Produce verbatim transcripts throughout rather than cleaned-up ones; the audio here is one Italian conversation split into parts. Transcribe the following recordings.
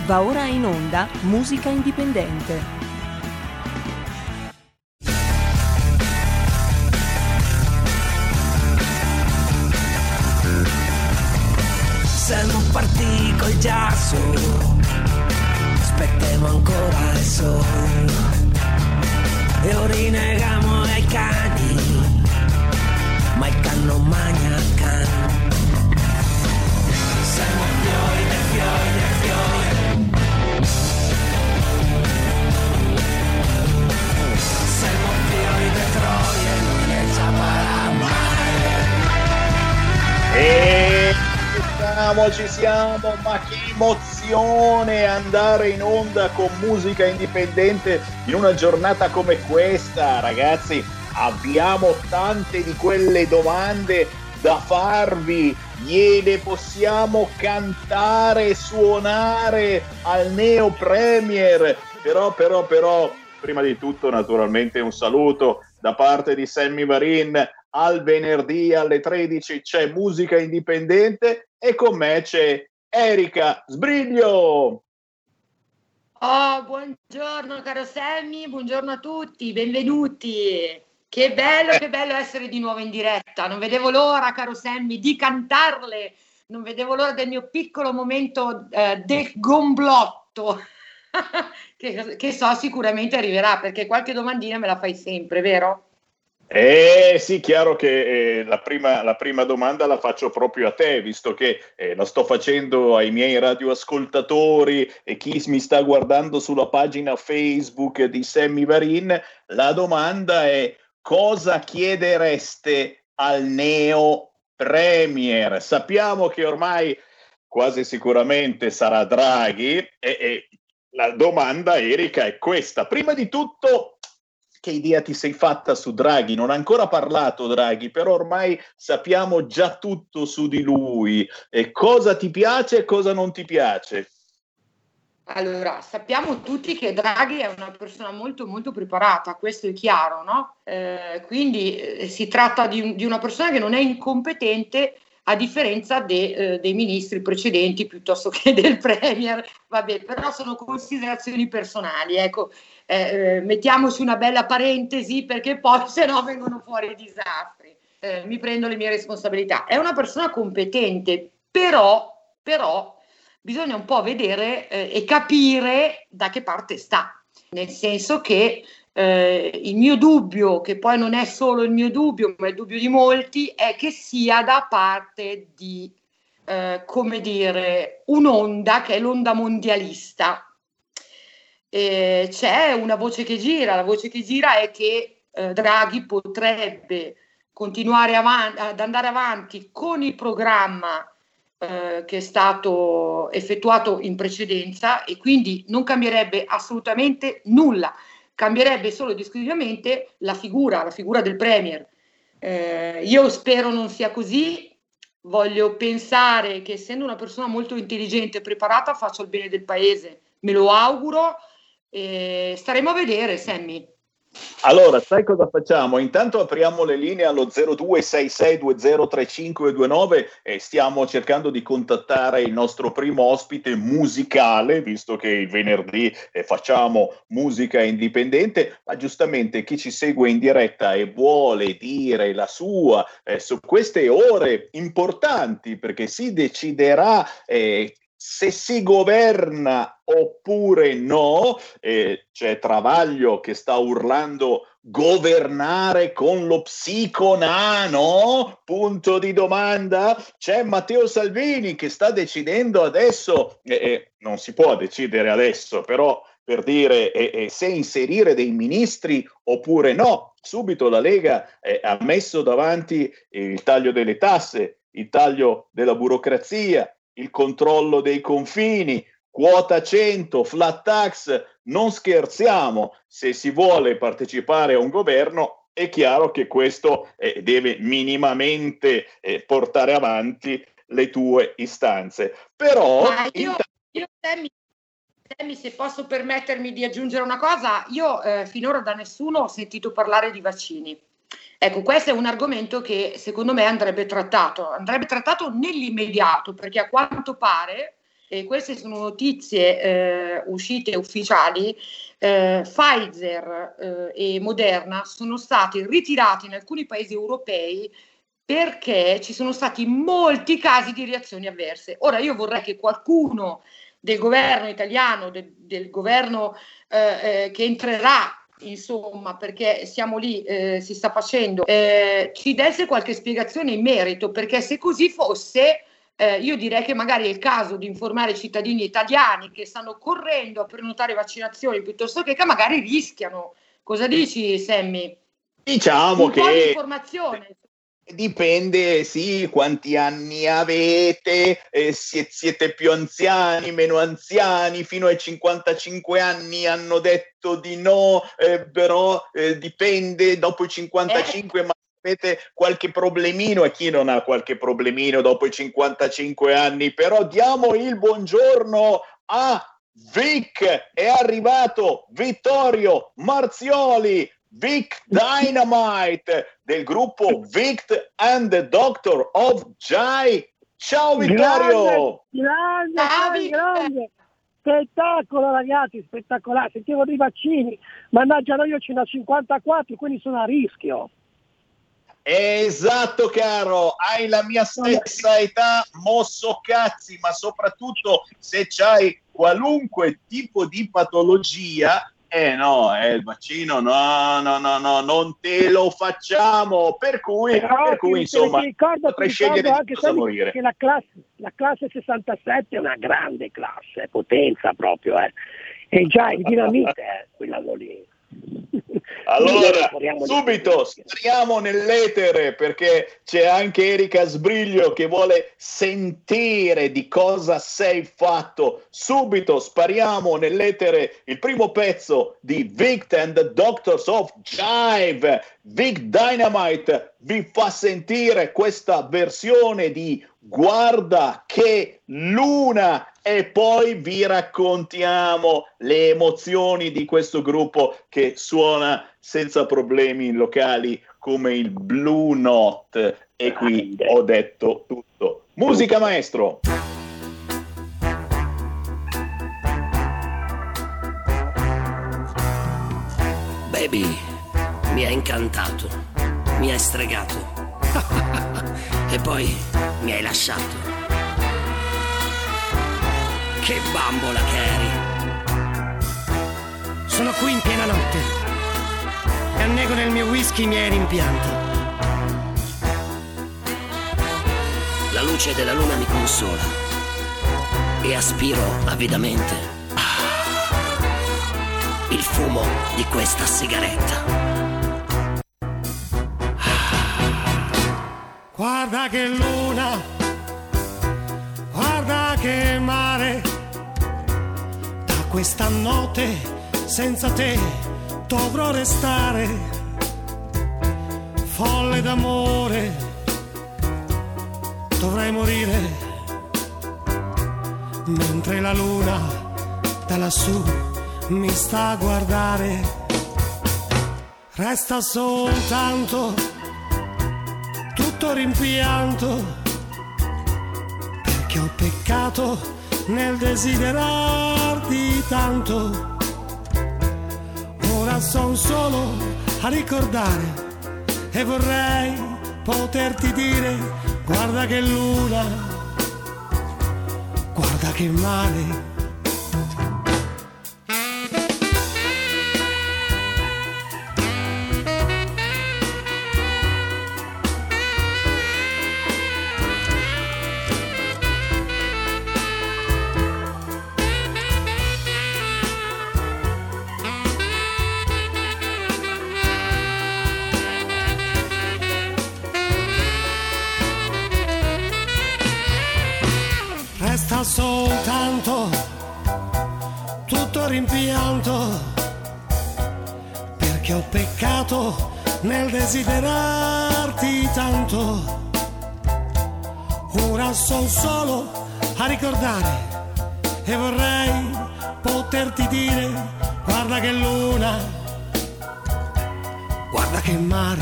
Va ora in onda Musica Indipendente. Siamo partiti col giasso, aspettiamo ancora il sole e ora rinnegamo ai cani, ma il can non magna can. Siamo fiori dei fiori dei fiori, siamo fiori dei troie, non ne saprà mai. E siamo, ci siamo, ma che emozione andare in onda con Musica Indipendente in una giornata come questa, ragazzi. Abbiamo tante di quelle domande da farvi, gliele possiamo cantare, suonare al Neo Premier, però, però, però, prima di tutto naturalmente un saluto da parte di Sammy Varin. Al venerdì alle tredici c'è Musica Indipendente e con me c'è Erika Sbriglio. Oh, buongiorno caro Sammy, buongiorno a tutti, benvenuti. Che bello, che bello essere di nuovo in diretta. Non vedevo l'ora, caro Sammy, di cantarle. Non vedevo l'ora del mio piccolo momento eh, del gomblotto, che, che so sicuramente arriverà, perché qualche domandina me la fai sempre, vero? Eh sì, chiaro che eh, la, prima, la prima domanda la faccio proprio a te, visto che eh, la sto facendo ai miei radioascoltatori e chi mi sta guardando sulla pagina Facebook di Sammy Varin. La domanda è: cosa chiedereste al Neo Premier? Sappiamo che ormai quasi sicuramente sarà Draghi e, e la domanda, Erika, è questa. Prima di tutto, che idea ti sei fatta su Draghi? Non ha ancora parlato Draghi, però ormai sappiamo già tutto su di lui. E cosa ti piace e cosa non ti piace? Allora, sappiamo tutti che Draghi è una persona molto molto preparata, questo è chiaro, no? Eh, quindi eh, si tratta di, un, di una persona che non è incompetente, a differenza de, eh, dei ministri precedenti piuttosto che del Premier. Vabbè, però sono considerazioni personali, ecco. Eh, eh, mettiamoci una bella parentesi, perché poi se no vengono fuori i disastri. Eh, mi prendo le mie responsabilità. È una persona competente, però, però bisogna un po' vedere eh, e capire da che parte sta, nel senso che eh, il mio dubbio, che poi non è solo il mio dubbio, ma il dubbio di molti, è che sia da parte di, eh, come dire, un'onda che è l'onda mondialista. Eh, c'è una voce che gira, la voce che gira è che eh, Draghi potrebbe continuare avanti, ad andare avanti con il programma eh, che è stato effettuato in precedenza, e quindi non cambierebbe assolutamente nulla, cambierebbe solo ed esclusivamente la figura, la figura del Premier. Eh, io spero non sia così, voglio pensare che, essendo una persona molto intelligente e preparata, faccia il bene del paese, me lo auguro. E staremo a vedere, Sammy. Allora, sai cosa facciamo? Intanto apriamo le linee allo zero due sei sei due zero tre cinque due nove e stiamo cercando di contattare il nostro primo ospite musicale, visto che il venerdì eh, facciamo Musica Indipendente, ma giustamente chi ci segue in diretta e vuole dire la sua eh, su queste ore importanti, perché si deciderà eh, se si governa oppure no. Eh, c'è Travaglio che sta urlando governare con lo psiconano, punto di domanda. C'è Matteo Salvini che sta decidendo adesso, eh, eh, non si può decidere adesso, però per dire eh, eh, se inserire dei ministri oppure no. Subito la Lega eh, ha messo davanti il taglio delle tasse, il taglio della burocrazia, il controllo dei confini, quota cento, flat tax. Non scherziamo, se si vuole partecipare a un governo è chiaro che questo eh, deve minimamente eh, portare avanti le tue istanze. Però Ma io, int- io Sammy, Sammy, se posso permettermi di aggiungere una cosa, io eh, finora da nessuno ho sentito parlare di vaccini. Ecco, questo è un argomento che secondo me andrebbe trattato, andrebbe trattato nell'immediato, perché a quanto pare e queste sono notizie eh, uscite ufficiali, eh, Pfizer eh, e Moderna sono stati ritirati in alcuni paesi europei perché ci sono stati molti casi di reazioni avverse. Ora io vorrei che qualcuno del governo italiano, de, del governo eh, eh, che entrerà, insomma, perché siamo lì, eh, si sta facendo, eh, ci desse qualche spiegazione in merito, perché se così fosse, eh, io direi che magari è il caso di informare i cittadini italiani che stanno correndo a prenotare vaccinazioni piuttosto che che magari rischiano. Cosa dici, Sammy? Diciamo Un che po' di informazione. Dipende, sì, quanti anni avete, eh, siete, siete più anziani, meno anziani, fino ai cinquantacinque anni hanno detto di no, eh, però eh, dipende, dopo i cinquantacinque, ma avete qualche problemino, e chi non ha qualche problemino dopo i cinquantacinque anni? Però diamo il buongiorno a Vic, è arrivato Vittorio Marzioli, Vic Dynamite del gruppo Vic and the Doctor of Jive. Ciao Vittorio! Grande, grande, grande, spettacolo ragazzi, spettacolare. Sentivo dei vaccini, mannaggia io ce ne ho cinquantaquattro, quindi sono a rischio. Esatto caro, hai la mia stessa età, mosso cazzi, ma soprattutto se c'hai qualunque tipo di patologia, eh no, eh, il vaccino no, no, no, no, non te lo facciamo, per cui, Però, per cui ti, insomma ti ricordo, potrei ti ricordo scegliere anche di cosa sai, morire. che la classe, la classe sessantasette è una grande classe, è potenza proprio, eh. E già il dinamite, eh, quell'anno lì. Allora, subito spariamo nell'etere perché c'è anche Erika Sbriglio che vuole sentire di cosa sei fatto. Subito spariamo nell'etere il primo pezzo di Vic and the Doctors of Jive. Vic Dynamite vi fa sentire questa versione di Guarda che luna e poi vi raccontiamo le emozioni di questo gruppo che suona senza problemi in locali come il Blue Note. E qui ho detto tutto. Musica maestro! Baby, mi ha incantato, mi hai stregato e poi mi hai lasciato. Che bambola che eri. Sono qui in piena notte e annego nel mio whisky mi hai rimpianto. La luce della luna mi consola e aspiro avidamente il fumo di questa sigaretta. Guarda che luna, guarda che mare, da questa notte senza te dovrò restare, folle d'amore, dovrei morire, mentre la luna da lassù mi sta a guardare. Resta soltanto tutto rimpianto, perché ho peccato nel desiderarti tanto. Ora son solo a ricordare e vorrei poterti dire: guarda che luna, guarda che mare. Resta soltanto tutto rimpianto, perché ho peccato nel desiderarti tanto. Ora son solo a ricordare e vorrei poterti dire: guarda che luna, guarda che mare,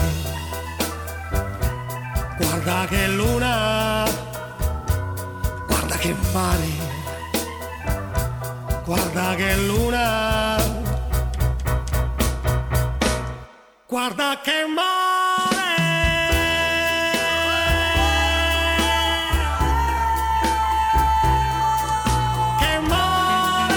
guarda che luna, che mare. guarda che luna, guarda che mare, che mare.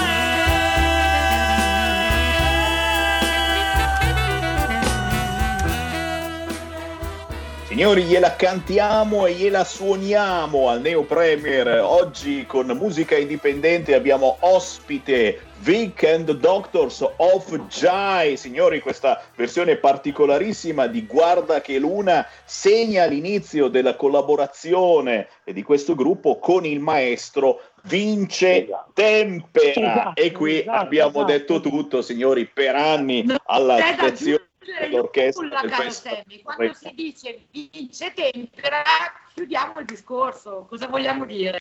Signori, gliela cantiamo e gliela suoniamo al Neo Premier. Oggi con musica indipendente abbiamo ospite Vic and the Doctors of Jive. Signori, questa versione particolarissima di Guarda che Luna segna l'inizio della collaborazione di questo gruppo con il maestro Vince Esatto. Tempera. Esatto, E qui esatto, abbiamo esatto. detto tutto, signori, per anni Non alla c'è da direzione aggiungere dell'orchestra nulla, del caro festival. Sammy. Quando si dice Vince Tempera, chiudiamo il discorso. Cosa vogliamo dire?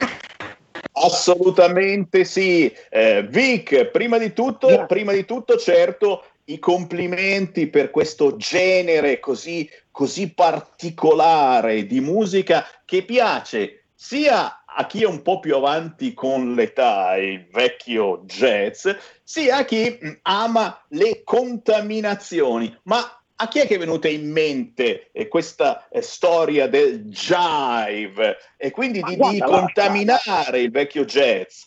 Assolutamente sì. Eh, Vic, prima di tutto, Grazie. prima di tutto, certo, i complimenti per questo genere così, così particolare di musica che piace sia a chi è un po' più avanti con l'età, il vecchio jazz, sia a chi mh, ama le contaminazioni. Ma a chi è che è venuta in mente eh, questa eh, storia del jive e quindi Ma di, guarda, di la- contaminare il vecchio jazz?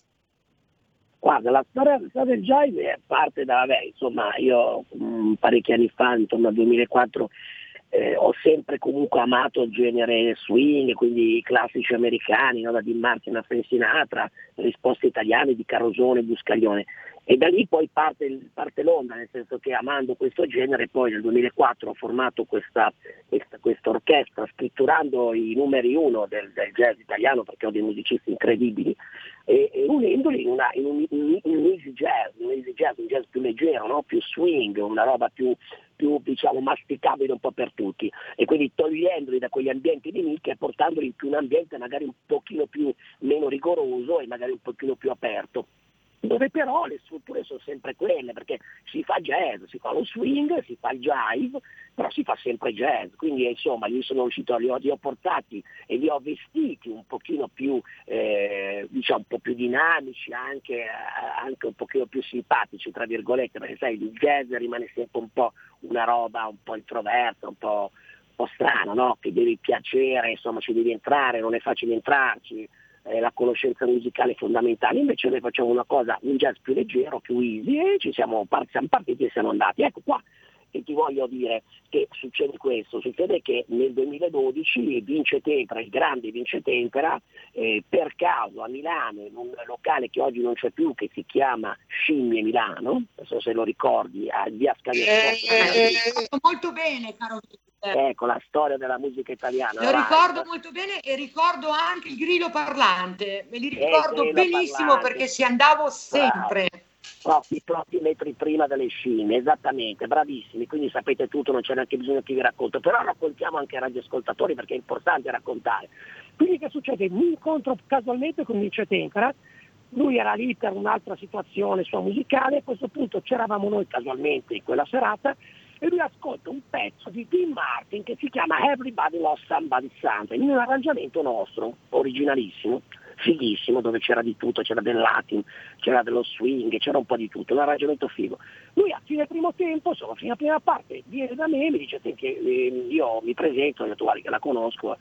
Guarda, la storia, la storia del jive parte da, vabbè, insomma, io mh, parecchi anni fa, intorno al duemilaquattro, eh, ho sempre comunque amato il genere swing, quindi i classici americani, no? Da Dean Martin a Frank Sinatra, risposte italiane di Carosone e Buscaglione. E da lì poi parte, il- parte l'onda, nel senso che amando questo genere poi nel duemilaquattro ho formato questa, questa, questa orchestra scritturando i numeri uno del, del jazz italiano, perché ho dei musicisti incredibili, e, e unendoli in, una, in, un, in un easy jazz, un easy jazz, un jazz più leggero, no? Più swing, una roba più, più diciamo masticabile un po' per tutti, e quindi togliendoli da quegli ambienti di nicchia e portandoli in più un ambiente magari un pochino più meno rigoroso e magari un pochino più aperto, dove però le strutture sono sempre quelle, perché si fa jazz, si fa lo swing, si fa il jive, però si fa sempre jazz, quindi insomma io sono uscito, li ho, li ho portati e li ho vestiti un pochino più, eh, diciamo un po' più dinamici, anche, eh, anche un pochino più simpatici, tra virgolette, perché sai il jazz rimane sempre un po' una roba un po' introversa, un po', un po' strana, no? Che devi piacere, insomma ci devi entrare, non è facile entrarci. Eh, la conoscenza musicale è fondamentale, invece noi facciamo una cosa, un jazz più leggero, più easy, e ci siamo, par- siamo partiti e siamo andati. Ecco qua che ti voglio dire che succede questo, succede che nel duemiladodici Vince Tempera, il grande Vince Tempera, eh, per caso a Milano, in un locale che oggi non c'è più, che si chiama Scimmie Milano, non so se lo ricordi, a via Scaglia Ricordo molto bene, caro Vince. Ecco la storia della musica italiana. Lo ricordo molto bene e ricordo anche il grillo parlante, me li ricordo grillo benissimo parlante. perché ci andavo sempre. Troppi, troppi metri prima delle scimmie, esattamente, bravissimi, quindi sapete tutto, non c'è neanche bisogno che vi racconto, però raccontiamo anche ai radioascoltatori perché è importante raccontare. Quindi che succede? Mi incontro casualmente con Vince Tempera, lui era lì per un'altra situazione sua musicale, a questo punto c'eravamo noi casualmente in quella serata e lui ascolta un pezzo di Dean Martin che si chiama Everybody Loves Somebody Something, in un arrangiamento nostro, originalissimo, fighissimo, dove c'era di tutto, c'era del latin, c'era dello swing, c'era un po' di tutto, un arrangiamento figo. Lui a fine primo tempo, insomma, fino alla prima parte, viene da me e mi dice: senti, eh, io mi presento, io tu guardi che la conosco,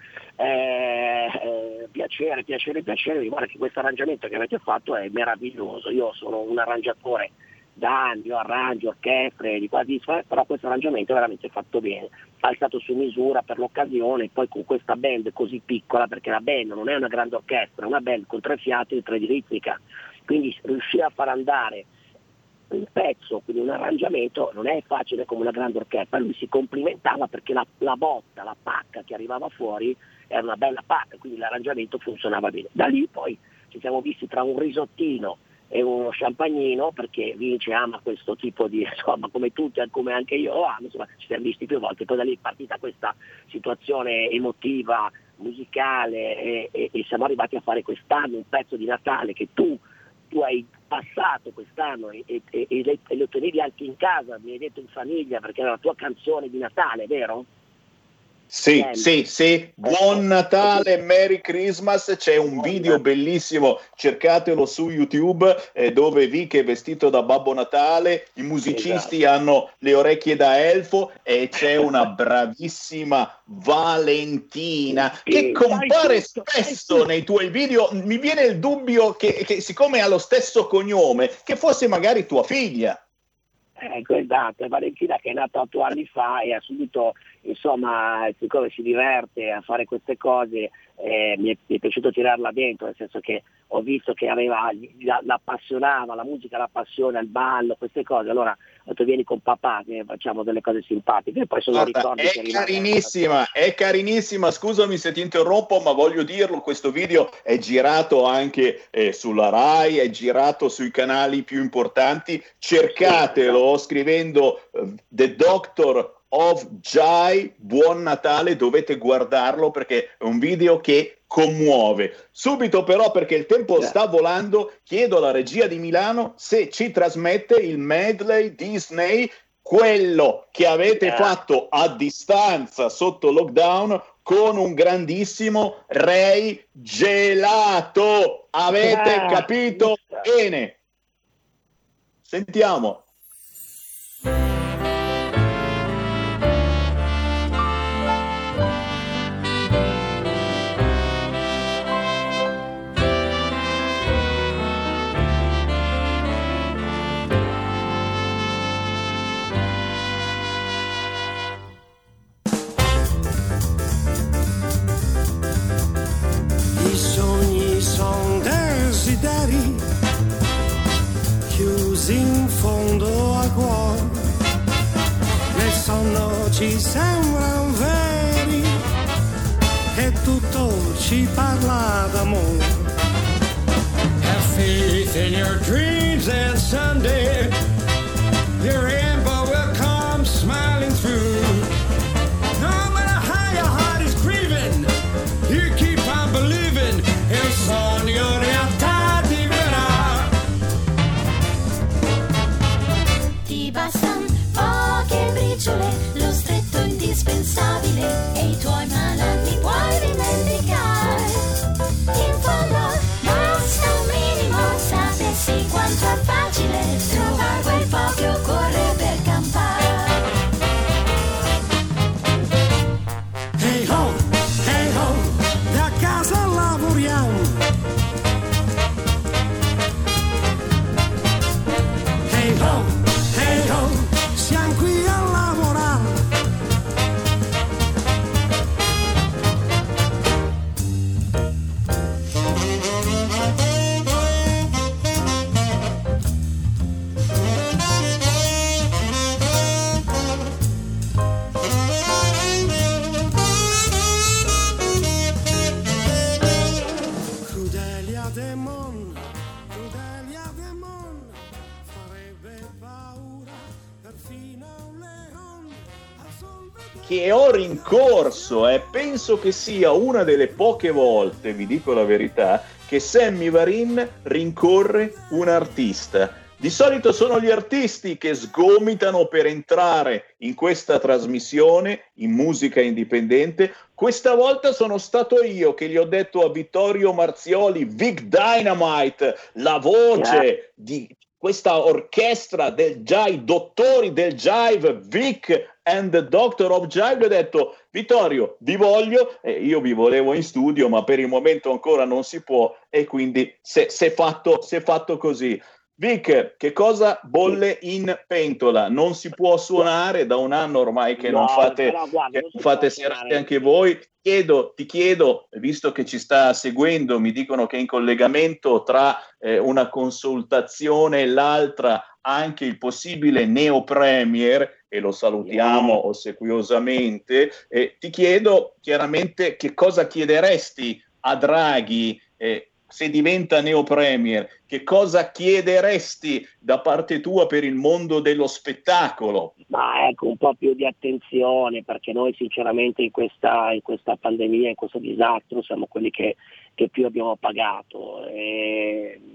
eh, eh, piacere, piacere, piacere, guarda che questo arrangiamento che avete fatto è meraviglioso, io sono un arrangiatore da anni, io arrangio orchestre di qua di qua, però questo arrangiamento è veramente fatto bene, alzato su misura per l'occasione, poi con questa band così piccola, perché la band non è una grande orchestra, è una band con tre fiati e tre di ritmica, quindi riuscire a far andare un pezzo, quindi un arrangiamento, non è facile come una grande orchestra. Lui si complimentava perché la, la botta, la pacca che arrivava fuori era una bella pacca, quindi l'arrangiamento funzionava bene. Da lì poi ci siamo visti tra un risottino e uno champagnino, perché Vince ama questo tipo di, insomma, come tutti, come anche io amo, insomma, ci siamo visti più volte, poi da lì è partita questa situazione emotiva, musicale, e, e, e siamo arrivati a fare quest'anno un pezzo di Natale che tu, tu hai passato quest'anno e, e, e, e lo tenevi anche in casa, mi hai detto in famiglia, perché era la tua canzone di Natale, vero? Sì, sì, sì, buon Natale, Merry Christmas, c'è un video bellissimo, cercatelo su YouTube, eh, dove Vic è vestito da Babbo Natale, i musicisti esatto. hanno le orecchie da elfo e c'è una bravissima Valentina che compare spesso nei tuoi video. Mi viene il dubbio che, che siccome ha lo stesso cognome, che fosse magari tua figlia. Ecco, esatto, è Valentina che è nata otto anni fa e ha subito, insomma, siccome si diverte a fare queste cose, eh, mi, è, mi è piaciuto tirarla dentro, nel senso che ho visto che aveva, la, la appassionava, la musica la appassiona, il ballo, queste cose, allora ho detto vieni con papà che facciamo delle cose simpatiche e poi sono Guarda, ricordi è che carinissima, è carinissima, scusami se ti interrompo ma voglio dirlo, questo video è girato anche eh, sulla Rai, è girato sui canali più importanti, cercatelo scrivendo uh, The Doctor of Jai, buon Natale, dovete guardarlo perché è un video che commuove. Subito però, perché il tempo sta volando, chiedo alla regia di Milano se ci trasmette il medley Disney, quello che avete yeah. fatto a distanza sotto lockdown con un grandissimo Ray Gelato. Avete yeah. capito bene? Sentiamo. Chiusi in fondo al cuore, nel sonno ci sembrano veri e tutto ci parla d'amore. Have faith in your dreams and someday your rainbow will come smiling through. No matter how your heart is grieving, you keep on believing il sogno realtà diventerà. Ti bastano poche briciole, lo stretto indispensabile e i tuoi malanni puoi dimenticare. In fondo basta un minimo, sapessi quanto è facile trovare quel po' che occorre per campare. Hey ho, hey ho, da casa lavoriamo. Hey ho, hey ho, siamo qui a lavorare. Crudelia Demon, Crudelia Demon, farebbe paura perfino a un leon. Al sol vedere- Che ho rincorso e penso che sia una delle poche volte, vi dico la verità, che Sammy Varin rincorre un artista. Di solito sono gli artisti che sgomitano per entrare in questa trasmissione in musica indipendente. Questa volta sono stato io che gli ho detto a Vittorio Marzioli, Vic Dynamite, la voce di questa orchestra del jive, dottori del jive, Vic and the Doctor of Jive, ho detto Vittorio, vi voglio, eh, io vi volevo in studio ma per il momento ancora non si può e quindi si è fatto, s'è fatto così. Vic, che cosa bolle in pentola? Non si può suonare da un anno ormai che No, non fate, però guarda, che non si non fate può serate suonare. anche voi. Chiedo, ti chiedo, visto che ci sta seguendo, mi dicono che è in collegamento tra eh, una consultazione e l'altra anche il possibile Neo Premier, e lo salutiamo Yeah. ossequiosamente, eh, ti chiedo chiaramente che cosa chiederesti a Draghi eh, se diventa Neo Premier, che cosa chiederesti da parte tua per il mondo dello spettacolo? Ma ecco, un po' più di attenzione, perché noi sinceramente in questa, in questa pandemia, in questo disastro, siamo quelli che, che più abbiamo pagato. E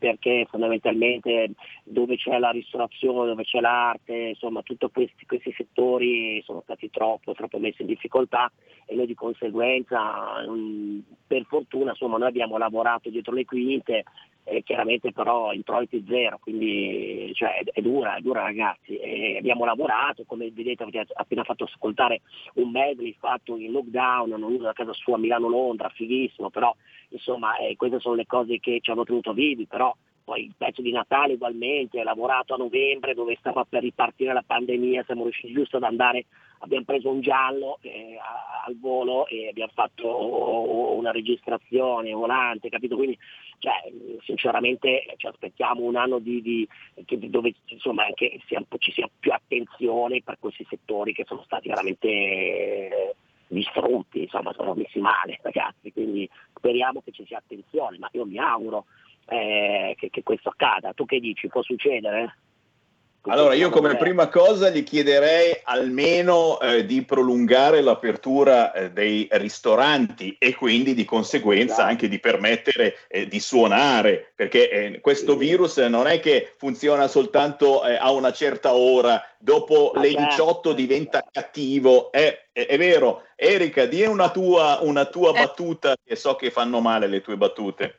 perché fondamentalmente dove c'è la ristorazione, dove c'è l'arte, insomma tutti questi, questi settori sono stati troppo, troppo messi in difficoltà e noi di conseguenza mh, per fortuna insomma noi abbiamo lavorato dietro le quinte, e chiaramente però introiti zero, quindi cioè, è, è dura, è dura ragazzi, e abbiamo lavorato, come vedete avete appena fatto ascoltare un medley fatto in lockdown, non uno da casa sua a Milano-Londra, fighissimo, però insomma eh, queste sono le cose che ci hanno tenuto vivi, però poi il pezzo di Natale ugualmente, ho lavorato a novembre dove stava per ripartire la pandemia, siamo riusciti giusto ad andare, abbiamo preso un giallo eh, a, al volo e abbiamo fatto oh, oh, una registrazione volante, capito? Quindi cioè, sinceramente ci aspettiamo un anno di, di, di dove insomma anche sia, ci sia più attenzione per questi settori che sono stati veramente eh, distrutti, insomma sono messi male ragazzi, quindi speriamo che ci sia attenzione, ma io mi auguro eh, che, che questo accada. Tu che dici? Può succedere? Allora io come prima cosa gli chiederei almeno eh, di prolungare l'apertura eh, dei ristoranti e quindi di conseguenza anche di permettere eh, di suonare, perché eh, questo virus non è che funziona soltanto eh, a una certa ora, dopo le diciotto diventa cattivo, è, è, è vero. Erika, di una tua, una tua battuta, che so che fanno male le tue battute.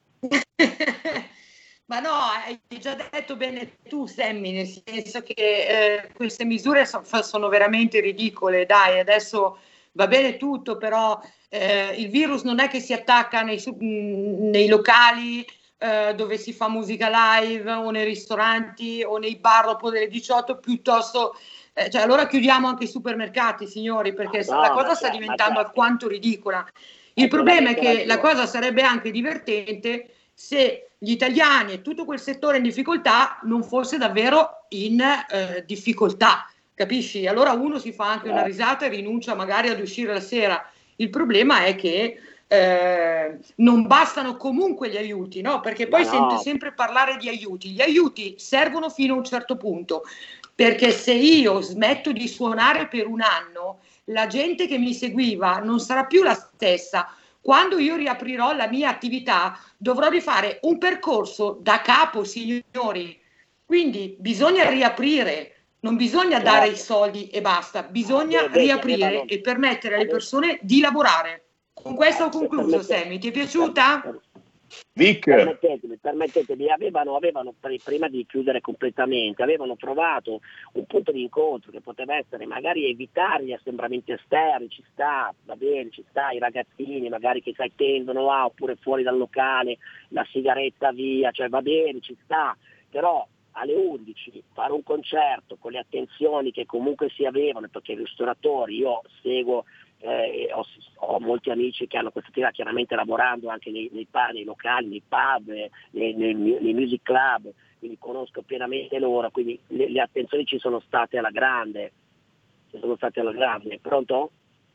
Ma no, hai già detto bene tu, Sammy, nel senso che eh, queste misure so, sono veramente ridicole. Dai, adesso va bene tutto, però eh, il virus non è che si attacca nei, nei locali eh, dove si fa musica live o nei ristoranti o nei bar dopo delle diciotto, piuttosto... Eh, cioè, allora chiudiamo anche i supermercati, signori, perché no, la cosa sta cioè, diventando certo. alquanto ridicola. Il problema è che la cosa sarebbe anche divertente se gli italiani e tutto quel settore in difficoltà non fosse davvero in eh, difficoltà, capisci? Allora uno si fa anche una risata e rinuncia magari ad uscire la sera. Il problema è che eh, non bastano comunque gli aiuti, no? Perché poi no. sento sempre parlare di aiuti. Gli aiuti servono fino a un certo punto, perché se io smetto di suonare per un anno, la gente che mi seguiva non sarà più la stessa. Quando io riaprirò la mia attività dovrò rifare un percorso da capo, signori. Quindi bisogna riaprire, non bisogna certo. dare i soldi e basta, bisogna beh, riaprire beh, beh, e permettere alle persone di lavorare. Con questo ho concluso, Sammy. Ti è piaciuta? Vic. Permettetemi, permettetemi, avevano, avevano prima di chiudere completamente, avevano trovato un punto di incontro che poteva essere magari evitare gli assembramenti esterni, ci sta, va bene, ci sta, i ragazzini magari che sai tendono a, oppure fuori dal locale, la sigaretta via, cioè va bene, ci sta, però alle undici fare un concerto con le attenzioni che comunque si avevano, perché i ristoratori, io seguo Eh, ho, ho molti amici che hanno questa attività, chiaramente lavorando anche nei, nei, nei locali, nei pub, nei, nei, nei music club, quindi conosco pienamente loro, quindi le, le attenzioni ci sono state alla grande, ci sono state alla grande. Pronto?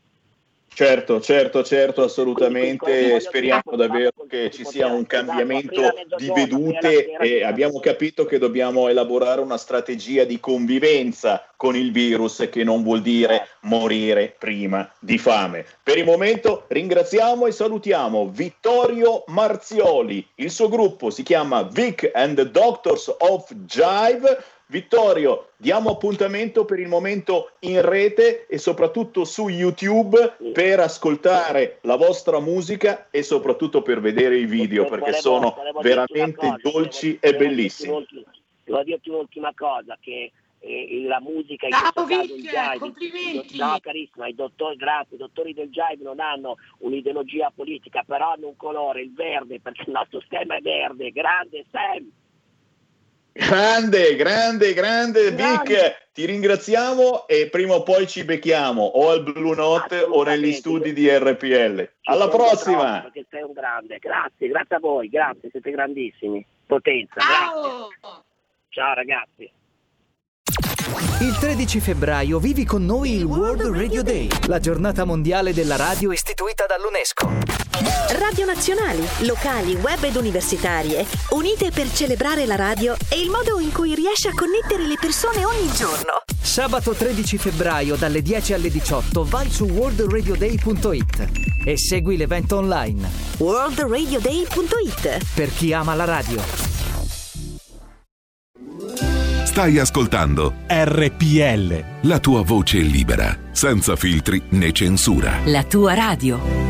Certo, certo, certo, assolutamente. Speriamo davvero che ci sia un cambiamento di vedute e abbiamo capito che dobbiamo elaborare una strategia di convivenza con il virus, che non vuol dire morire prima di fame. Per il momento ringraziamo e salutiamo Vittorio Marzioli. Il suo gruppo si chiama Vic and the Doctors of Jive. Vittorio, diamo appuntamento per il momento in rete e soprattutto su YouTube per ascoltare la vostra musica e soprattutto per vedere i video, perché sono veramente dolci e bellissimi. Devo dirti un'ultima cosa, che eh, la musica, in ciao, questo caso il Vic, jive, complimenti. Ciao carissima, i dottori, grazie, i dottori del jive non hanno un'ideologia politica, però hanno un colore, il verde, perché il nostro stemma è verde. Grande Sam! Grande, grande, grande, grande. Vic, ti ringraziamo e prima o poi ci becchiamo o al Blue Note o negli studi di R P L. Alla prossima! Perché sei un grande, grazie, grazie a voi, grazie, siete grandissimi, potenza, Ciao! Grazie. Ciao ragazzi. Il tredici febbraio vivi con noi il World Radio Day, la giornata mondiale della radio istituita dall'UNESCO. Radio nazionali, locali, web ed universitarie, unite per celebrare la radio e il modo in cui riesce a connettere le persone ogni giorno. Sabato tredici febbraio dalle dieci alle diciotto vai su world radio day punto it e segui l'evento online. world radio day punto it Per chi ama la radio. Stai ascoltando R P L, la tua voce libera, senza filtri né censura. La tua radio.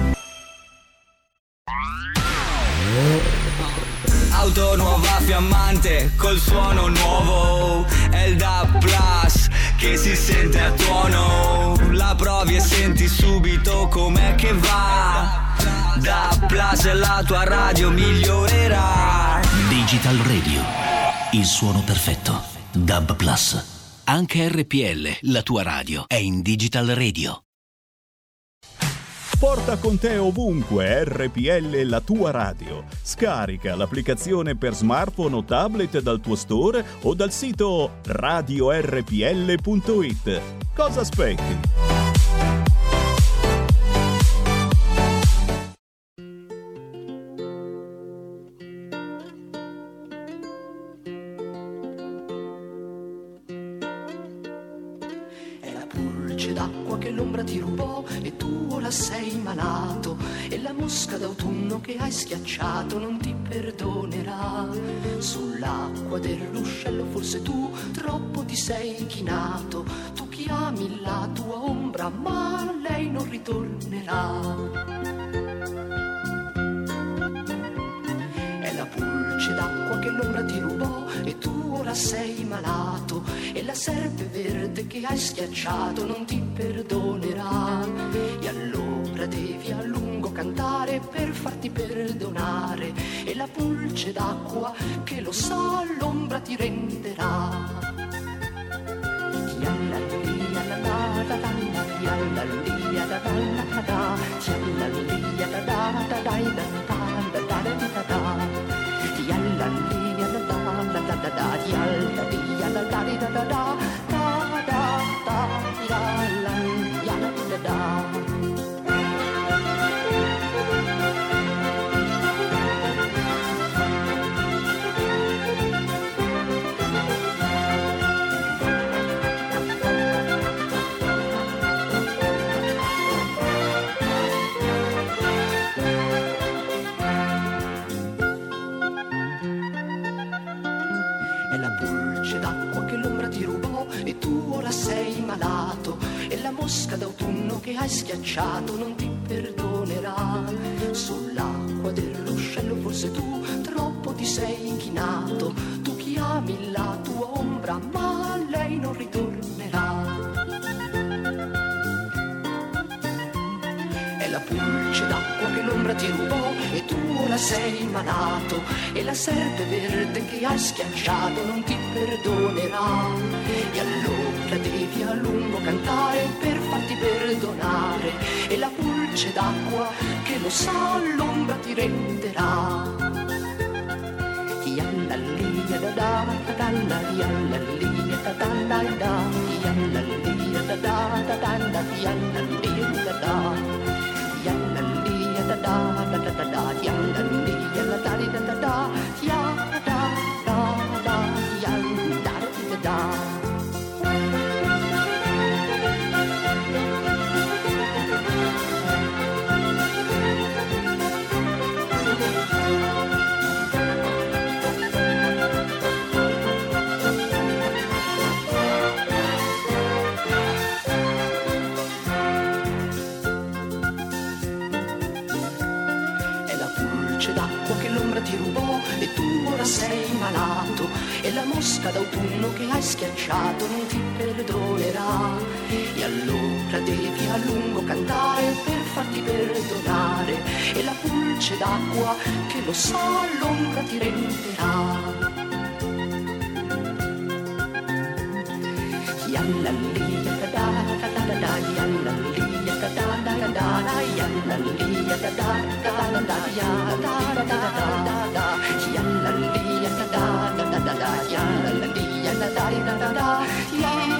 Auto nuova fiammante col suono nuovo, è il D A B Plus che si sente a tuono. La provi e senti subito com'è che va. D A B Plus e la tua radio migliorerà. Digital Radio, il suono perfetto. D A B Plus. Anche R P L, la tua radio, è in Digital Radio. Porta con te ovunque R P L, la tua radio. Scarica l'applicazione per smartphone o tablet dal tuo store o dal sito radio r p l punto it. Cosa aspetti? D'acqua che l'ombra ti rubò e tu ora sei malato, e la mosca d'autunno che hai schiacciato non ti perdonerà. Sull'acqua del ruscello forse tu troppo ti sei chinato, tu chiami la tua ombra ma lei non ritornerà. È la pulce d'acqua che l'ombra ti rubò e tu ora sei malato, e la serpe verde che hai schiacciato non ti perdonerà. E allora devi a lungo cantare per farti perdonare, e la pulce d'acqua che lo sa l'ombra ti renderà. Sei malato, e la mosca d'autunno che hai schiacciato non ti perdonerà. Sull'acqua del ruscello forse tu troppo ti sei inchinato, tu chiami la tua ombra ma lei non ritornerà. È la pulce d'acqua che l'ombra ti rubò e tu ora sei malato, e la serpe verde che hai schiacciato non ti perdonerà. E allora devi a lungo cantare per farti perdonare, e la pulce d'acqua che lo sa l'ombra ti renderà. Yalla da da da da yalla da da da da yalla da da da da da yalla da da yalla da da da da da yalla da da da da da yalla da da da yalla da da. Ti rubò e tu ora sei malato, e la mosca d'autunno che hai schiacciato non ti perdonerà. E allora devi a lungo cantare per farti perdonare, e la pulce d'acqua che lo sa l'ombra ti renderà. Yalla li da da da da da yalla li da da da da da yalla li da da da da da yalla da da da da yalla li da da da da da yalla li da da da da da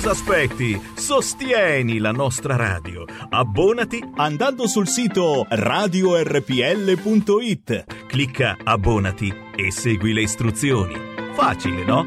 Cosa aspetti? Sostieni la nostra radio. Abbonati andando sul sito radio erre pi elle punto it. Clicca abbonati e segui le istruzioni. Facile, no?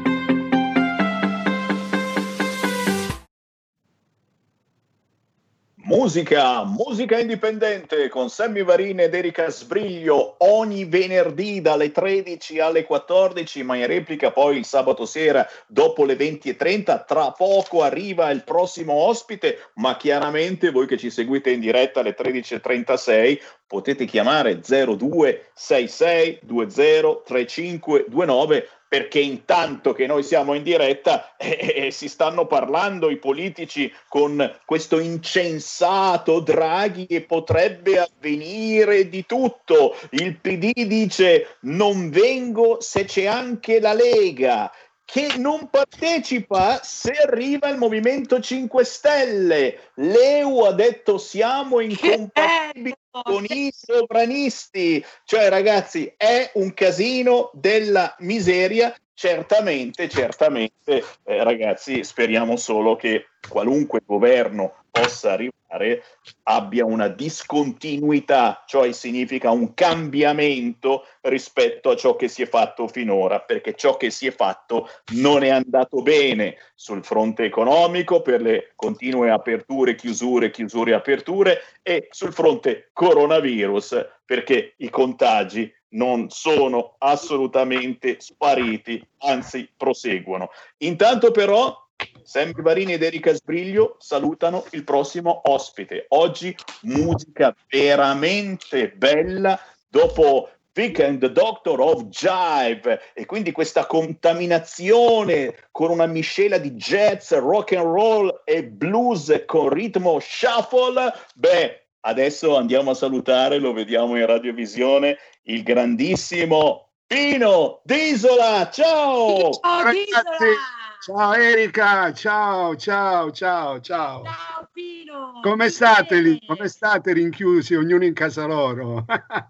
Musica, musica indipendente con Sammy Varin ed Erika Sbriglio ogni venerdì dalle tredici alle quattordici, ma in replica poi il sabato sera dopo le venti e trenta. Tra poco arriva il prossimo ospite, ma chiaramente voi che ci seguite in diretta alle tredici e trentasei potete chiamare zero due sei sei due zero tre cinque due nove, perché intanto che noi siamo in diretta eh, eh, si stanno parlando i politici con questo incensato Draghi e potrebbe avvenire di tutto. Il P D dice non vengo se c'è anche la Lega, che non partecipa se arriva il Movimento cinque Stelle. L'E U ha detto siamo incompatibili con i sovranisti. Cioè ragazzi, è un casino della miseria. Certamente, certamente, eh, ragazzi, speriamo solo che qualunque governo possa arrivare abbia una discontinuità, cioè significa un cambiamento rispetto a ciò che si è fatto finora, perché ciò che si è fatto non è andato bene sul fronte economico per le continue aperture, chiusure, chiusure, aperture, e sul fronte coronavirus perché i contagi non sono assolutamente spariti, anzi proseguono. Intanto però Sammy Varin ed Erika Sbriglio salutano il prossimo ospite. Oggi musica veramente bella dopo Vic and the Doctor of Jive, e quindi questa contaminazione con una miscela di jazz, rock and roll e blues con ritmo shuffle. Beh, adesso andiamo a salutare, lo vediamo in radiovisione, il grandissimo Pino D'Isola. Ciao! Ciao ragazzi! Ciao Erika, ciao, ciao, ciao, ciao. Ciao Pino! Come state lì? Come state rinchiusi, ognuno in casa loro?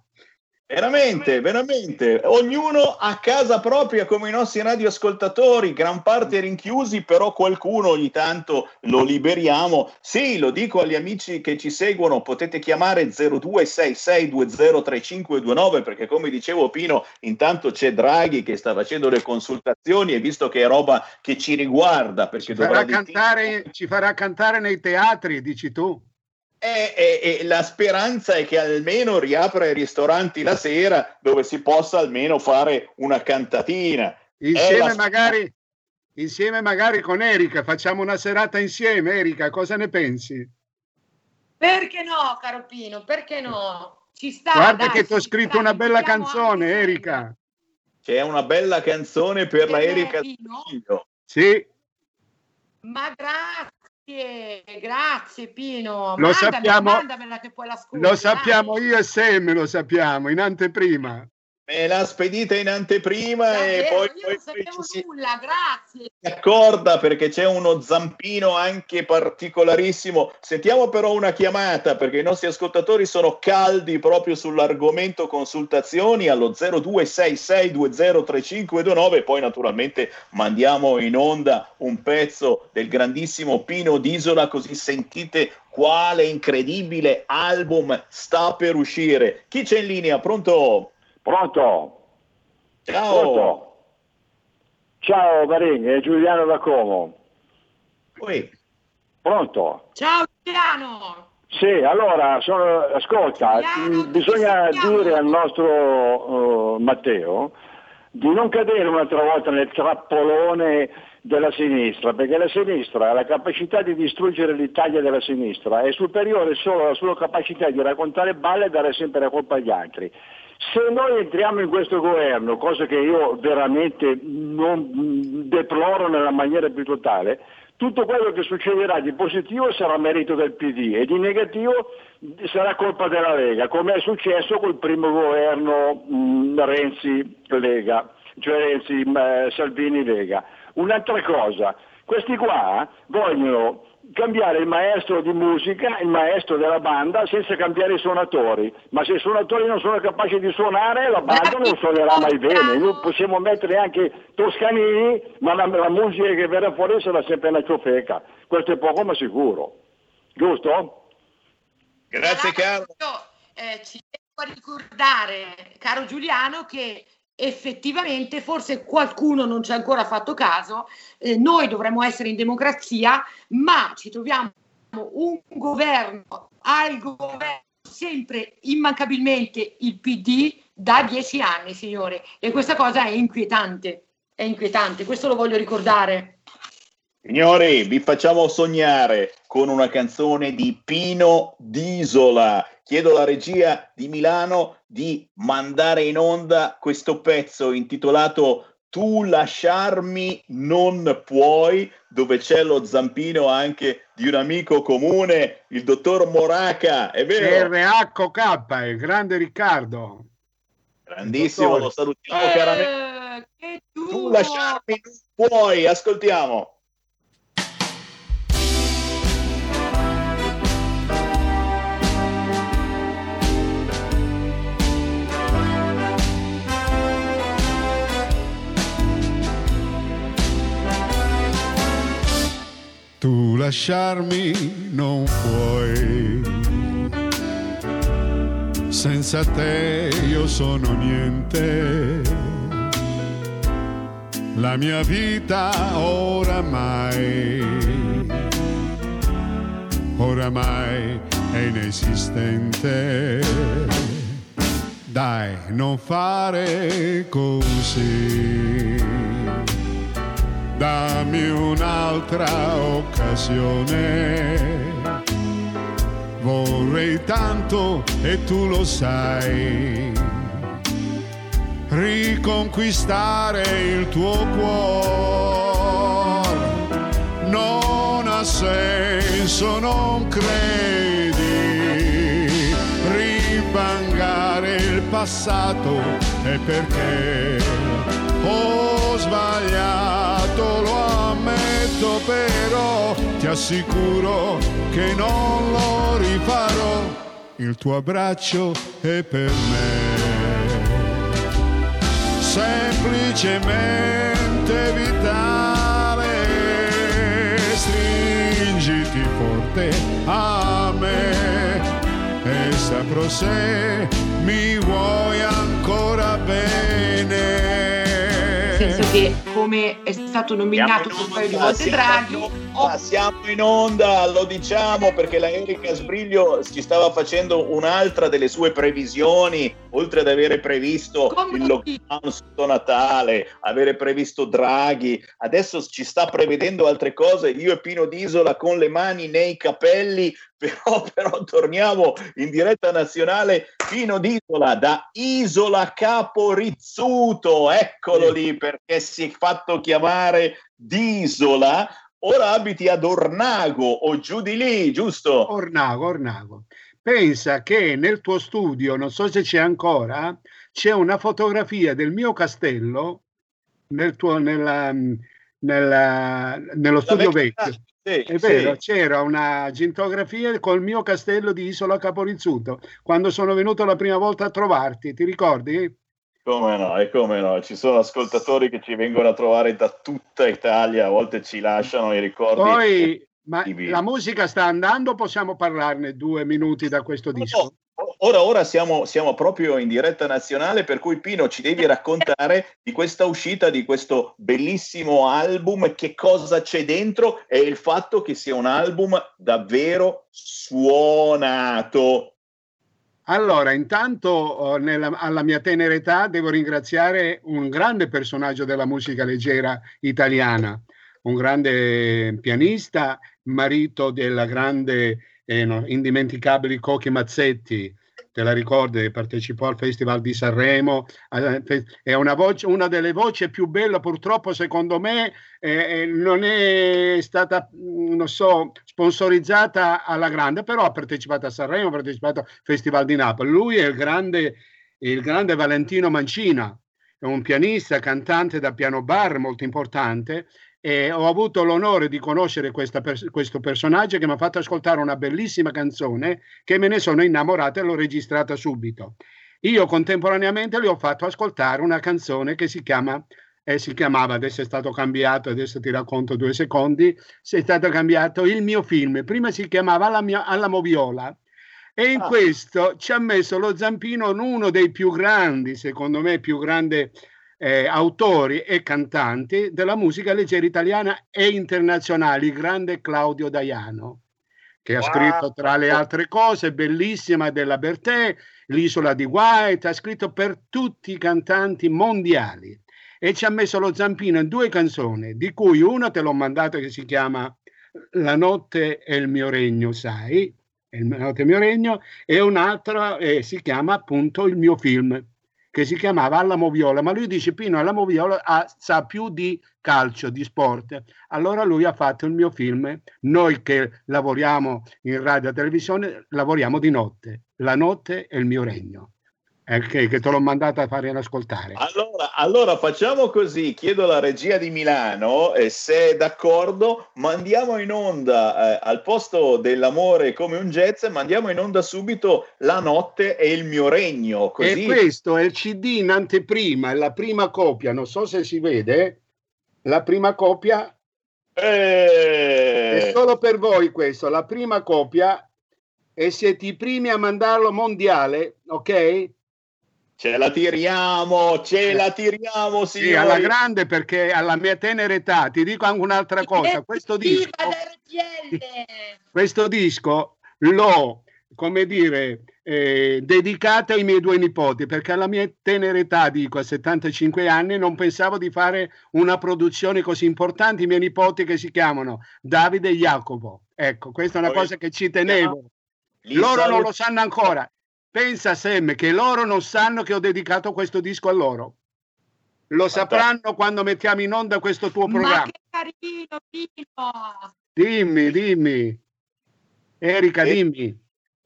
Veramente, veramente, ognuno a casa propria come i nostri radioascoltatori, gran parte rinchiusi, però qualcuno ogni tanto lo liberiamo. Sì, lo dico agli amici che ci seguono, potete chiamare zero due sei sei due zero tre cinque due nove, perché come dicevo Pino, intanto c'è Draghi che sta facendo le consultazioni, e visto che è roba che ci riguarda, perché ci farà, dovrà cantare, di... ci farà cantare nei teatri, dici tu? E, e, e la speranza è che almeno riapra i ristoranti la sera, dove si possa almeno fare una cantatina. Insieme la... magari, insieme magari con Erika, facciamo una serata insieme. Erika, cosa ne pensi? Perché no, caro Pino, perché no? Ci sta. Guarda dai, che ti ho scritto una bella canzone, Erika. C'è una bella canzone per, per la Erika. Sì. Ma grazie. Grazie Pino, lo mandamela, sappiamo, mandamela che poi l'ascolti, lo sappiamo dai. Io e Sam lo sappiamo in anteprima. Me la spedite in anteprima. Davvero? E poi, io poi, non sapevo poi nulla, grazie. Si accorda perché c'è uno zampino anche particolarissimo. Sentiamo però una chiamata, perché i nostri ascoltatori sono caldi proprio sull'argomento consultazioni, allo zero due sei sei due zero tre cinque due nove. Poi naturalmente mandiamo in onda un pezzo del grandissimo Pino D'Isola, così sentite quale incredibile album sta per uscire. Chi c'è in linea? Pronto? Pronto? Ciao. Pronto? Ciao Varin, è Giuliano da Como. Ui. Pronto? Ciao Giuliano. Sì, allora, sono, ascolta, Giuliano, bisogna dire al nostro uh, Matteo di non cadere un'altra volta nel trappolone della sinistra, perché la sinistra, la capacità di distruggere l'Italia della sinistra è superiore solo alla sua capacità di raccontare balle e dare sempre la colpa agli altri. Se noi entriamo in questo governo, cosa che io veramente non deploro nella maniera più totale, tutto quello che succederà di positivo sarà merito del P D e di negativo sarà colpa della Lega, come è successo col primo governo mh, Renzi-Lega, cioè Renzi-Salvini-Lega. Un'altra cosa, Questi qua vogliono cambiare il maestro di musica, il maestro della banda, senza cambiare i suonatori, ma se i suonatori non sono capaci di suonare, la banda non suonerà mai bene. Noi possiamo mettere anche Toscanini, ma la, la musica che verrà fuori sarà sempre una ciofeca. Questo è poco ma sicuro, giusto? Grazie caro. Eh, ci devo ricordare, caro Giuliano, che effettivamente forse qualcuno non ci ha ancora fatto caso, eh, noi dovremmo essere in democrazia, ma ci troviamo un governo, al governo sempre immancabilmente il P D da dieci anni, signore, e questa cosa è inquietante, è inquietante, questo lo voglio ricordare. Signori, vi facciamo sognare con una canzone di Pino D'Isola. Chiedo alla regia di Milano di mandare in onda questo pezzo intitolato Tu lasciarmi non puoi, dove c'è lo zampino anche di un amico comune, il dottor Moraca, è vero? R H K, il grande Riccardo. Grandissimo, lo salutiamo eh, caramente. Tu, tu lasciarmi non puoi, ascoltiamo. Tu lasciarmi non puoi, senza te io sono niente, la mia vita oramai, oramai è inesistente. Dai, non fare così, dammi un'altra occasione, vorrei tanto e tu lo sai, riconquistare il tuo cuore. Non ha senso, non credi, rimangare il passato, è perché ho sbagliato, lo ammetto, però ti assicuro che non lo rifarò. Il tuo abbraccio è per me semplicemente vitale. Stringiti forte a me e saprò se mi vuoi ancora bene. Nel senso che, come è stato nominato un paio di volte Draghi, oh. siamo in onda, lo diciamo perché la Erika Sbriglio ci stava facendo un'altra delle sue previsioni, oltre ad avere previsto come il lockdown sotto Natale, avere previsto Draghi, adesso ci sta prevedendo altre cose. Io e Pino D'Isola con le mani nei capelli, però, però torniamo in diretta nazionale. Pino D'Isola da Isola Capo Rizzuto, eccolo lì, perché si è fatto chiamare D'Isola. Ora abiti ad Ornago o giù di lì, giusto? Ornago, Ornago. Pensa che nel tuo studio, non so se c'è ancora, c'è una fotografia del mio castello nel tuo, nella, nella, nello studio vecchio. vecchio. Sì, è vero, sì. C'era una gintografia col mio castello di Isola Capo Rizzuto quando sono venuto la prima volta a trovarti, ti ricordi? Come no, e come no, ci sono ascoltatori che ci vengono a trovare da tutta Italia, a volte ci lasciano i ricordi. Poi, ma la musica sta andando, possiamo parlarne due minuti da questo disco? No, ora, ora siamo, siamo proprio in diretta nazionale, per cui Pino ci devi raccontare di questa uscita, di questo bellissimo album, che cosa c'è dentro e il fatto che sia un album davvero suonato. Allora, intanto nella, alla mia tenera età devo ringraziare un grande personaggio della musica leggera italiana, un grande pianista, marito della grande, eh, no, indimenticabile Cochi Mazzetti, te la ricordi, partecipò al Festival di Sanremo, è una, voce, una delle voci più belle, purtroppo secondo me eh, non è stata, non so, sponsorizzata alla grande, però ha partecipato a Sanremo, ha partecipato al Festival di Napoli. Lui è il grande, il grande Valentino Mancina, è un pianista, cantante da piano bar molto importante, e ho avuto l'onore di conoscere questa pers- questo personaggio che mi ha fatto ascoltare una bellissima canzone che me ne sono innamorato e l'ho registrata subito. Io contemporaneamente le ho fatto ascoltare una canzone che si chiama eh, si chiamava, adesso è stato cambiato, adesso ti racconto due secondi, è stato cambiato Il mio film, prima si chiamava Alla, mia, alla Moviola, e in ah. questo ci ha messo lo Zampino, uno dei più grandi, secondo me più grandi eh, autori e cantanti della musica leggera italiana e internazionale, il grande Claudio Daiano, che ha wow. scritto tra le altre cose Bellissima della Bertè, L'isola di White, ha scritto per tutti i cantanti mondiali e ci ha messo lo Zampino in due canzoni, di cui una te l'ho mandata che si chiama La notte è il mio regno, sai, è il notte è il mio regno, e un'altra eh, si chiama appunto Il mio film, che si chiamava Alla Moviola, ma lui dice Pino Alla Moviola ha, sa più di calcio, di sport, allora lui ha fatto Il mio film. Noi che lavoriamo in radio e televisione lavoriamo di notte, la notte è il mio regno, eh, che, che te l'ho mandato a fare ascoltare. Allora, allora facciamo così, chiedo alla regia di Milano eh, se è d'accordo, mandiamo in onda eh, al posto dell'amore come un jazz, mandiamo in onda subito La notte è il mio regno, così. E questo è il C D in anteprima, è la prima copia, non so se si vede, la prima copia eh... è solo per voi questo, la prima copia, e siete i primi a mandarlo mondiale, ok? Ce la tiriamo, ce la tiriamo, signori. Sì, alla grande, perché alla mia tenera età, ti dico anche un'altra cosa, questo disco, questo disco l'ho, come dire, eh, dedicato ai miei due nipoti, perché alla mia tenera età, dico, a settantacinque anni, non pensavo di fare una produzione così importante. I miei nipoti, che si chiamano Davide e Jacopo, ecco, questa è una cosa che ci tenevo. Loro non lo sanno ancora. Pensa, Sam, che loro non sanno che ho dedicato questo disco a loro. Lo sapranno quando mettiamo in onda questo tuo programma. Ma che carino, Pino! Dimmi, dimmi. Erika, eh. dimmi.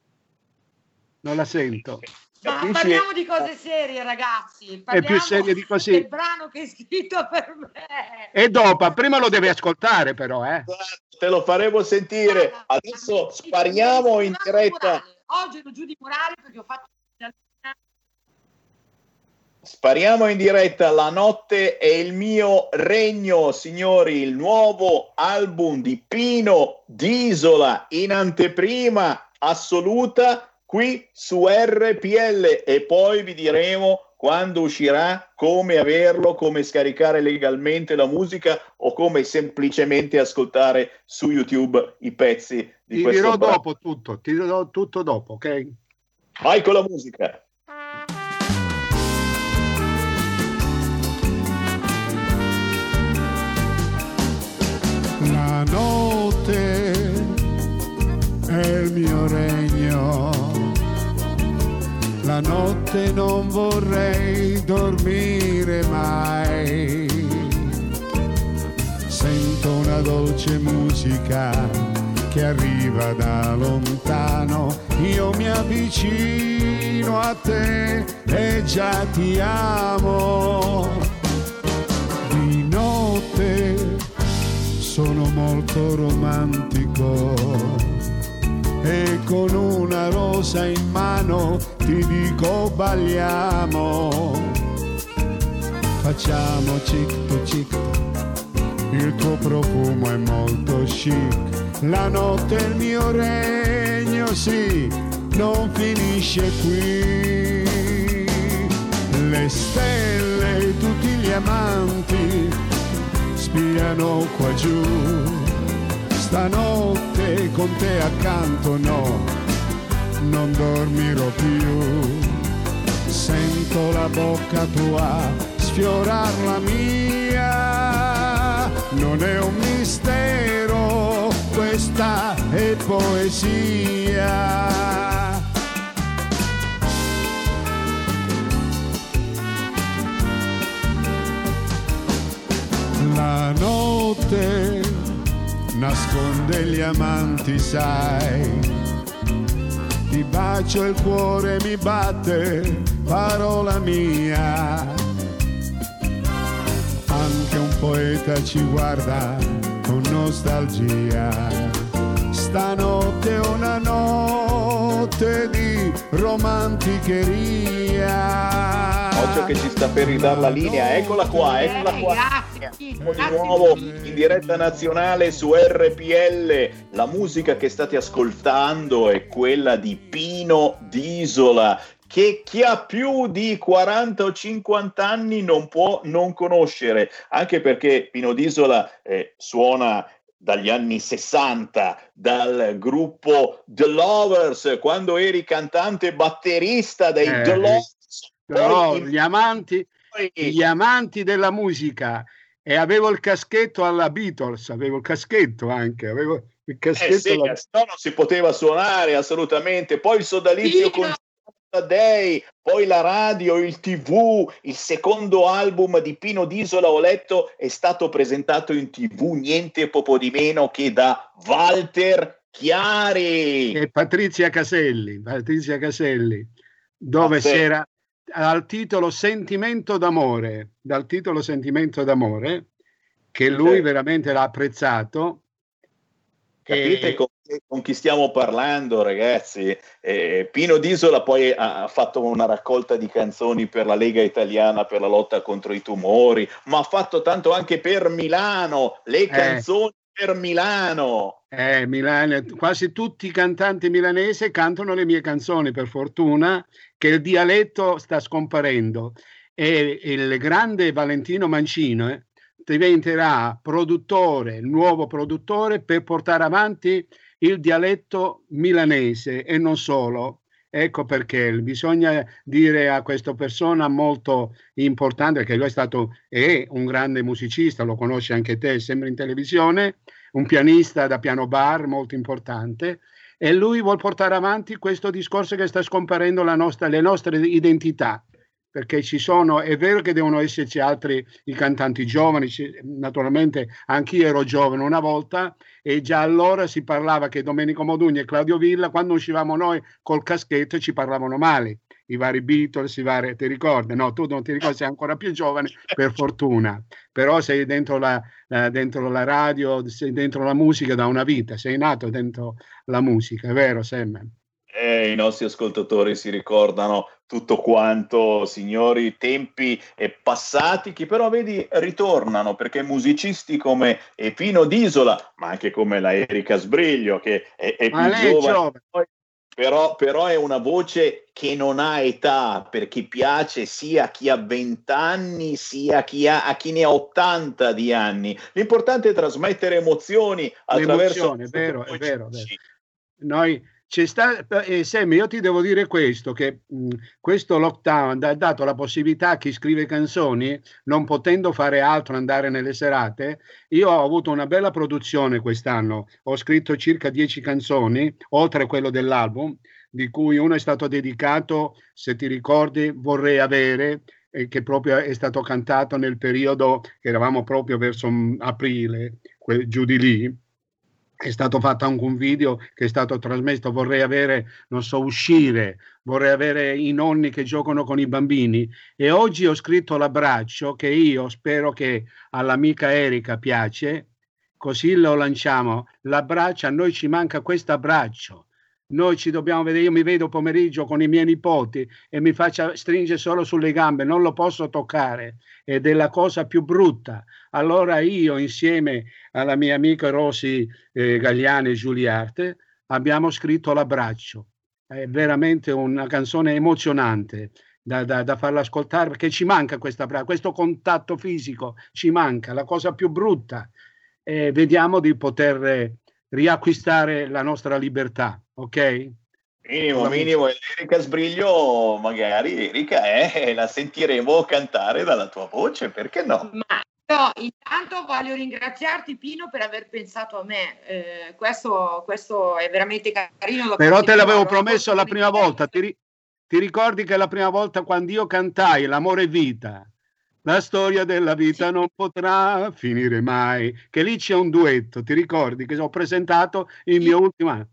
Non la sento. Ma parliamo di cose serie, ragazzi. Parliamo è più serie di così. Del brano che è scritto per me. E dopo, prima lo devi ascoltare però, eh. Te lo faremo sentire. Adesso spariamo in diretta. Oggi ero giù di morale perché ho fatto... Spariamo in diretta La notte è il mio regno, signori, il nuovo album di Pino D'Isola in anteprima assoluta qui su R P L, e poi vi diremo quando uscirà, come averlo, come scaricare legalmente la musica o come semplicemente ascoltare su YouTube i pezzi di ti questo dirò brano. Dopo tutto, ti dirò tutto dopo, ok? Vai con la musica. La notte è il mio regno, la notte non vorrei dormire mai. Sento una dolce musica che arriva da lontano, io mi avvicino a te e già ti amo. Di notte sono molto romantico e con una rosa in mano ti dico balliamo, facciamo cic to cic, il tuo profumo è molto chic. La notte è il mio regno, sì, non finisce qui. Le stelle, tutti gli amanti spiano qua giù, stanotte con te accanto no, non dormirò più. Sento la bocca tua sfiorar la mia, non è un mistero, questa è poesia. La notte nasconde gli amanti, sai, ti bacio il cuore mi batte, parola mia, anche un poeta ci guarda con nostalgia. Stanotte è una notte di romanticheria. Occhio che ci sta per ridare la linea, eccola qua, eccola qua. Siamo di nuovo in diretta nazionale su R P L. La musica che state ascoltando è quella di Pino D'isola, che chi ha più di quaranta o cinquanta anni non può non conoscere, anche perché Pino D'isola eh, suona dagli anni sessanta, dal gruppo The Lovers, quando eri cantante batterista dei eh, The Lovers. No, Poi, gli amanti, poi... gli amanti della musica, e avevo il caschetto alla Beatles, avevo il caschetto anche, avevo il caschetto eh sì, alla... no, non si poteva suonare assolutamente. Poi il sodalizio sì, con Day, poi la radio, il tivù, il secondo album di Pino D'isola, ho letto, è stato presentato in tivù niente poco di meno che da Walter Chiari e Patrizia Caselli, Patrizia Caselli, dove ah, sì. c'era al titolo Sentimento d'amore, dal titolo Sentimento d'amore, che lui sì. veramente l'ha apprezzato. Capite e... con, con chi stiamo parlando, ragazzi? Eh, Pino D'isola poi ha, ha fatto una raccolta di canzoni per la Lega Italiana per la lotta contro i tumori, ma ha fatto tanto anche per Milano, le canzoni eh. per Milano. Eh, Milano, quasi tutti i cantanti milanesi cantano le mie canzoni, per fortuna, che il dialetto sta scomparendo. E il grande Valentino Mancino eh, diventerà produttore, il nuovo produttore, per portare avanti il dialetto milanese e non solo. Ecco perché bisogna dire a questa persona molto importante, che lui è stato è un grande musicista, lo conosci anche te, sembra in televisione, un pianista da piano bar molto importante, e lui vuol portare avanti questo discorso che sta scomparendo la nostra, le nostre identità. Perché ci sono, è vero che devono esserci altri i cantanti giovani, naturalmente anch'io ero giovane una volta e già allora si parlava che Domenico Modugno e Claudio Villa, quando uscivamo noi col caschetto, ci parlavano male, i vari Beatles, i vari, ti ricordi? No, tu non ti ricordi, sei ancora più giovane, per fortuna, però sei dentro la, eh, dentro la radio, sei dentro la musica da una vita, sei nato dentro la musica, è vero Sam? Eh, i nostri ascoltatori si ricordano tutto quanto, signori, tempi passati che però vedi ritornano, perché musicisti come Pino D'isola, ma anche come la Erika Sbriglio, che è, è più giovane, giovane. Poi, però, però è una voce che non ha età, perché piace sia a chi ha vent'anni sia a chi, ha, a chi ne ha ottanta di anni. L'importante è trasmettere emozioni attraverso... L'emozione, è vero, è vero, è vero. Noi... C'è sta, eh, Sam, io ti devo dire questo, che mh, questo lockdown ha dato la possibilità a chi scrive canzoni, non potendo fare altro, andare nelle serate. Io ho avuto una bella produzione quest'anno, ho scritto circa dieci canzoni, oltre a quello dell'album, di cui uno è stato dedicato, se ti ricordi, Vorrei avere, eh, che proprio è stato cantato nel periodo che eravamo proprio verso aprile, quel, giù di lì. È stato fatto anche un video che è stato trasmesso, vorrei avere, non so, uscire, vorrei avere i nonni che giocano con i bambini, e oggi ho scritto l'abbraccio che io spero che all'amica Erika piace, così lo lanciamo, l'abbraccio, a noi ci manca questo abbraccio, noi ci dobbiamo vedere, io mi vedo pomeriggio con i miei nipoti e mi faccia stringere solo sulle gambe, non lo posso toccare, ed è la cosa più brutta. Allora io insieme alla mia amica Rosy eh, Gagliani e Giuliarte abbiamo scritto l'abbraccio, è veramente una canzone emozionante da, da, da farla ascoltare, perché ci manca questa, questo contatto fisico, ci manca, la cosa più brutta, eh, vediamo di poter riacquistare la nostra libertà, ok? Minimo, minimo, Erika Sbriglio, magari Erika, eh, la sentiremo cantare dalla tua voce, perché no? Ma no, intanto voglio ringraziarti Pino per aver pensato a me, eh, questo, questo è veramente carino. Però te l'avevo promesso la prima volta, ti, ri- ti ricordi che la prima volta quando io cantai L'amore è vita, la storia della vita sì. non potrà finire mai, che lì c'è un duetto, ti ricordi che ho presentato il sì. mio ultimo anno?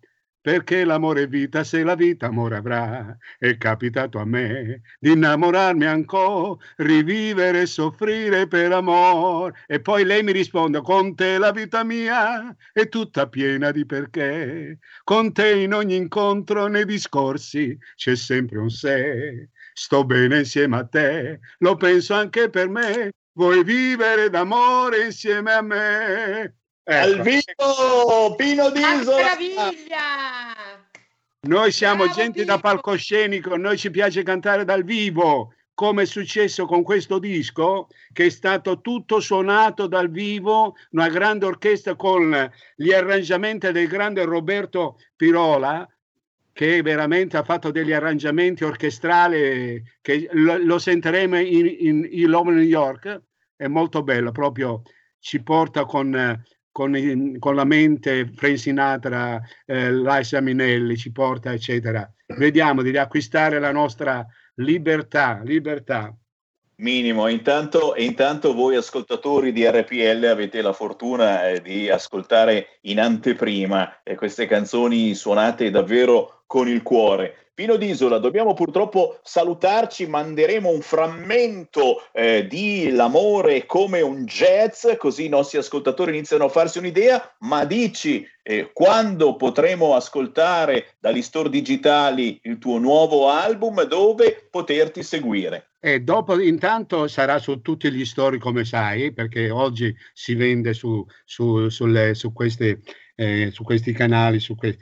perché l'amore è vita, se la vita amore avrà. È capitato a me di innamorarmi ancora, rivivere e soffrire per amore. E poi lei mi risponde: con te la vita mia è tutta piena di perché, con te in ogni incontro nei discorsi c'è sempre un se. Sto bene insieme a te, lo penso anche per me, vuoi vivere d'amore insieme a me. Ecco. Al vivo, Pino D'Isola! Meraviglia! Noi siamo Bravo, gente Pino. da palcoscenico, noi ci piace cantare dal vivo, come è successo con questo disco, che è stato tutto suonato dal vivo, una grande orchestra con gli arrangiamenti del grande Roberto Pirola, che veramente ha fatto degli arrangiamenti orchestrali che lo, lo sentiremo in, in, in Love New York. È molto bello, proprio ci porta con, con, con la mente Frank Sinatra, eh, Liza Minnelli, ci porta eccetera. Vediamo di riacquistare la nostra libertà, libertà. Minimo, intanto, e intanto voi ascoltatori di R P L avete la fortuna eh, di ascoltare in anteprima eh, queste canzoni suonate davvero con il cuore. Pino D'Isola, dobbiamo purtroppo salutarci, manderemo un frammento eh, di L'amore come un jazz, così i nostri ascoltatori iniziano a farsi un'idea, ma dici eh, quando potremo ascoltare dagli store digitali il tuo nuovo album, dove poterti seguire? E dopo, intanto sarà su tutti gli store, come sai, perché oggi si vende su, su, sulle, su, queste, eh, su questi canali, su questi,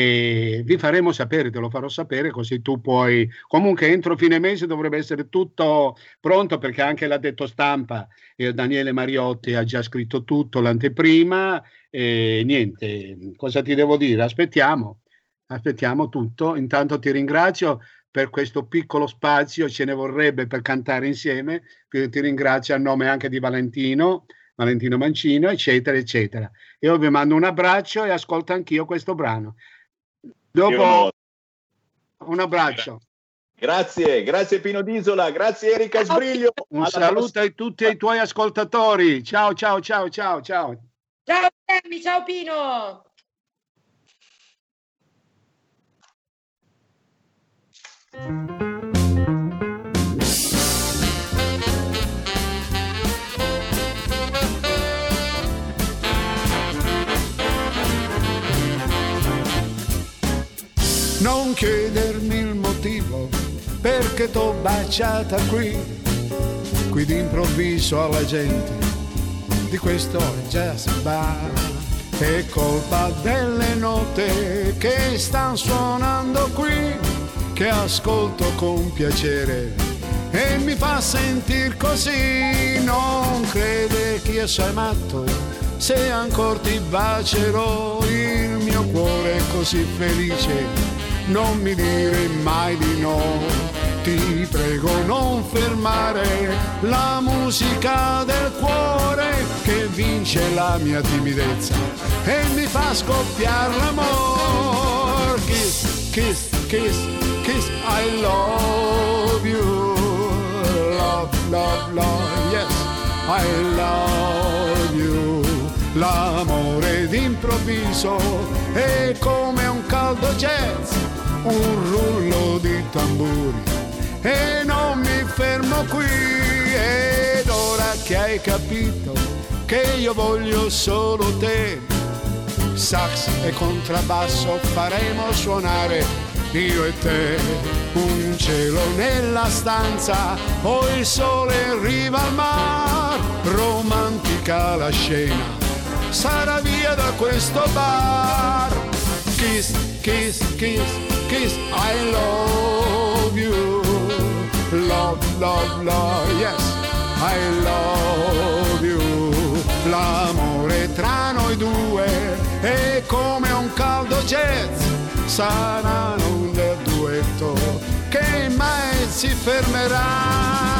e vi faremo sapere, te lo farò sapere, così tu puoi. Comunque entro fine mese dovrebbe essere tutto pronto, perché anche l'ha detto stampa, eh, Daniele Mariotti ha già scritto tutto, l'anteprima, e niente, cosa ti devo dire? Aspettiamo, aspettiamo tutto. Intanto ti ringrazio per questo piccolo spazio, ce ne vorrebbe per cantare insieme, quindi ti ringrazio a nome anche di Valentino, Valentino Mancino, eccetera, eccetera. Io vi mando un abbraccio e ascolto anch'io questo brano. Dopo un abbraccio. Grazie, grazie Pino D'Isola, grazie Erika Sbriglio. Un Alla saluto prossima. A tutti i tuoi ascoltatori. Ciao, ciao, ciao, ciao, ciao. Ciao Sammy, ciao Pino. Non chiedermi il motivo perché t'ho baciata qui, qui d'improvviso alla gente di questo jazz bar. È colpa delle note che stanno suonando qui, che ascolto con piacere e mi fa sentir così. Non crede che io sia matto, se ancora ti bacerò, il mio cuore è così felice, non mi dire mai di no. Ti prego non fermare la musica del cuore che vince la mia timidezza e mi fa scoppiare l'amore. Kiss, kiss, kiss, kiss, I love you. Love, love, love, yes, I love you. L'amore d'improvviso è come un caldo jazz, un rullo di tamburi, e non mi fermo qui. Ed ora che hai capito che io voglio solo te, sax e contrabbasso faremo suonare io e te. Un cielo nella stanza, poi il sole arriva al mar, romantica la scena, sarà via da questo bar. Kiss, kiss, kiss, kiss, I love you. Love, love, love, yes, I love you. L'amore tra noi due è come un caldo jazz, sarà un duetto che mai si fermerà.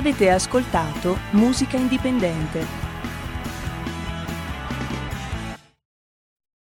Avete ascoltato Musica Indipendente.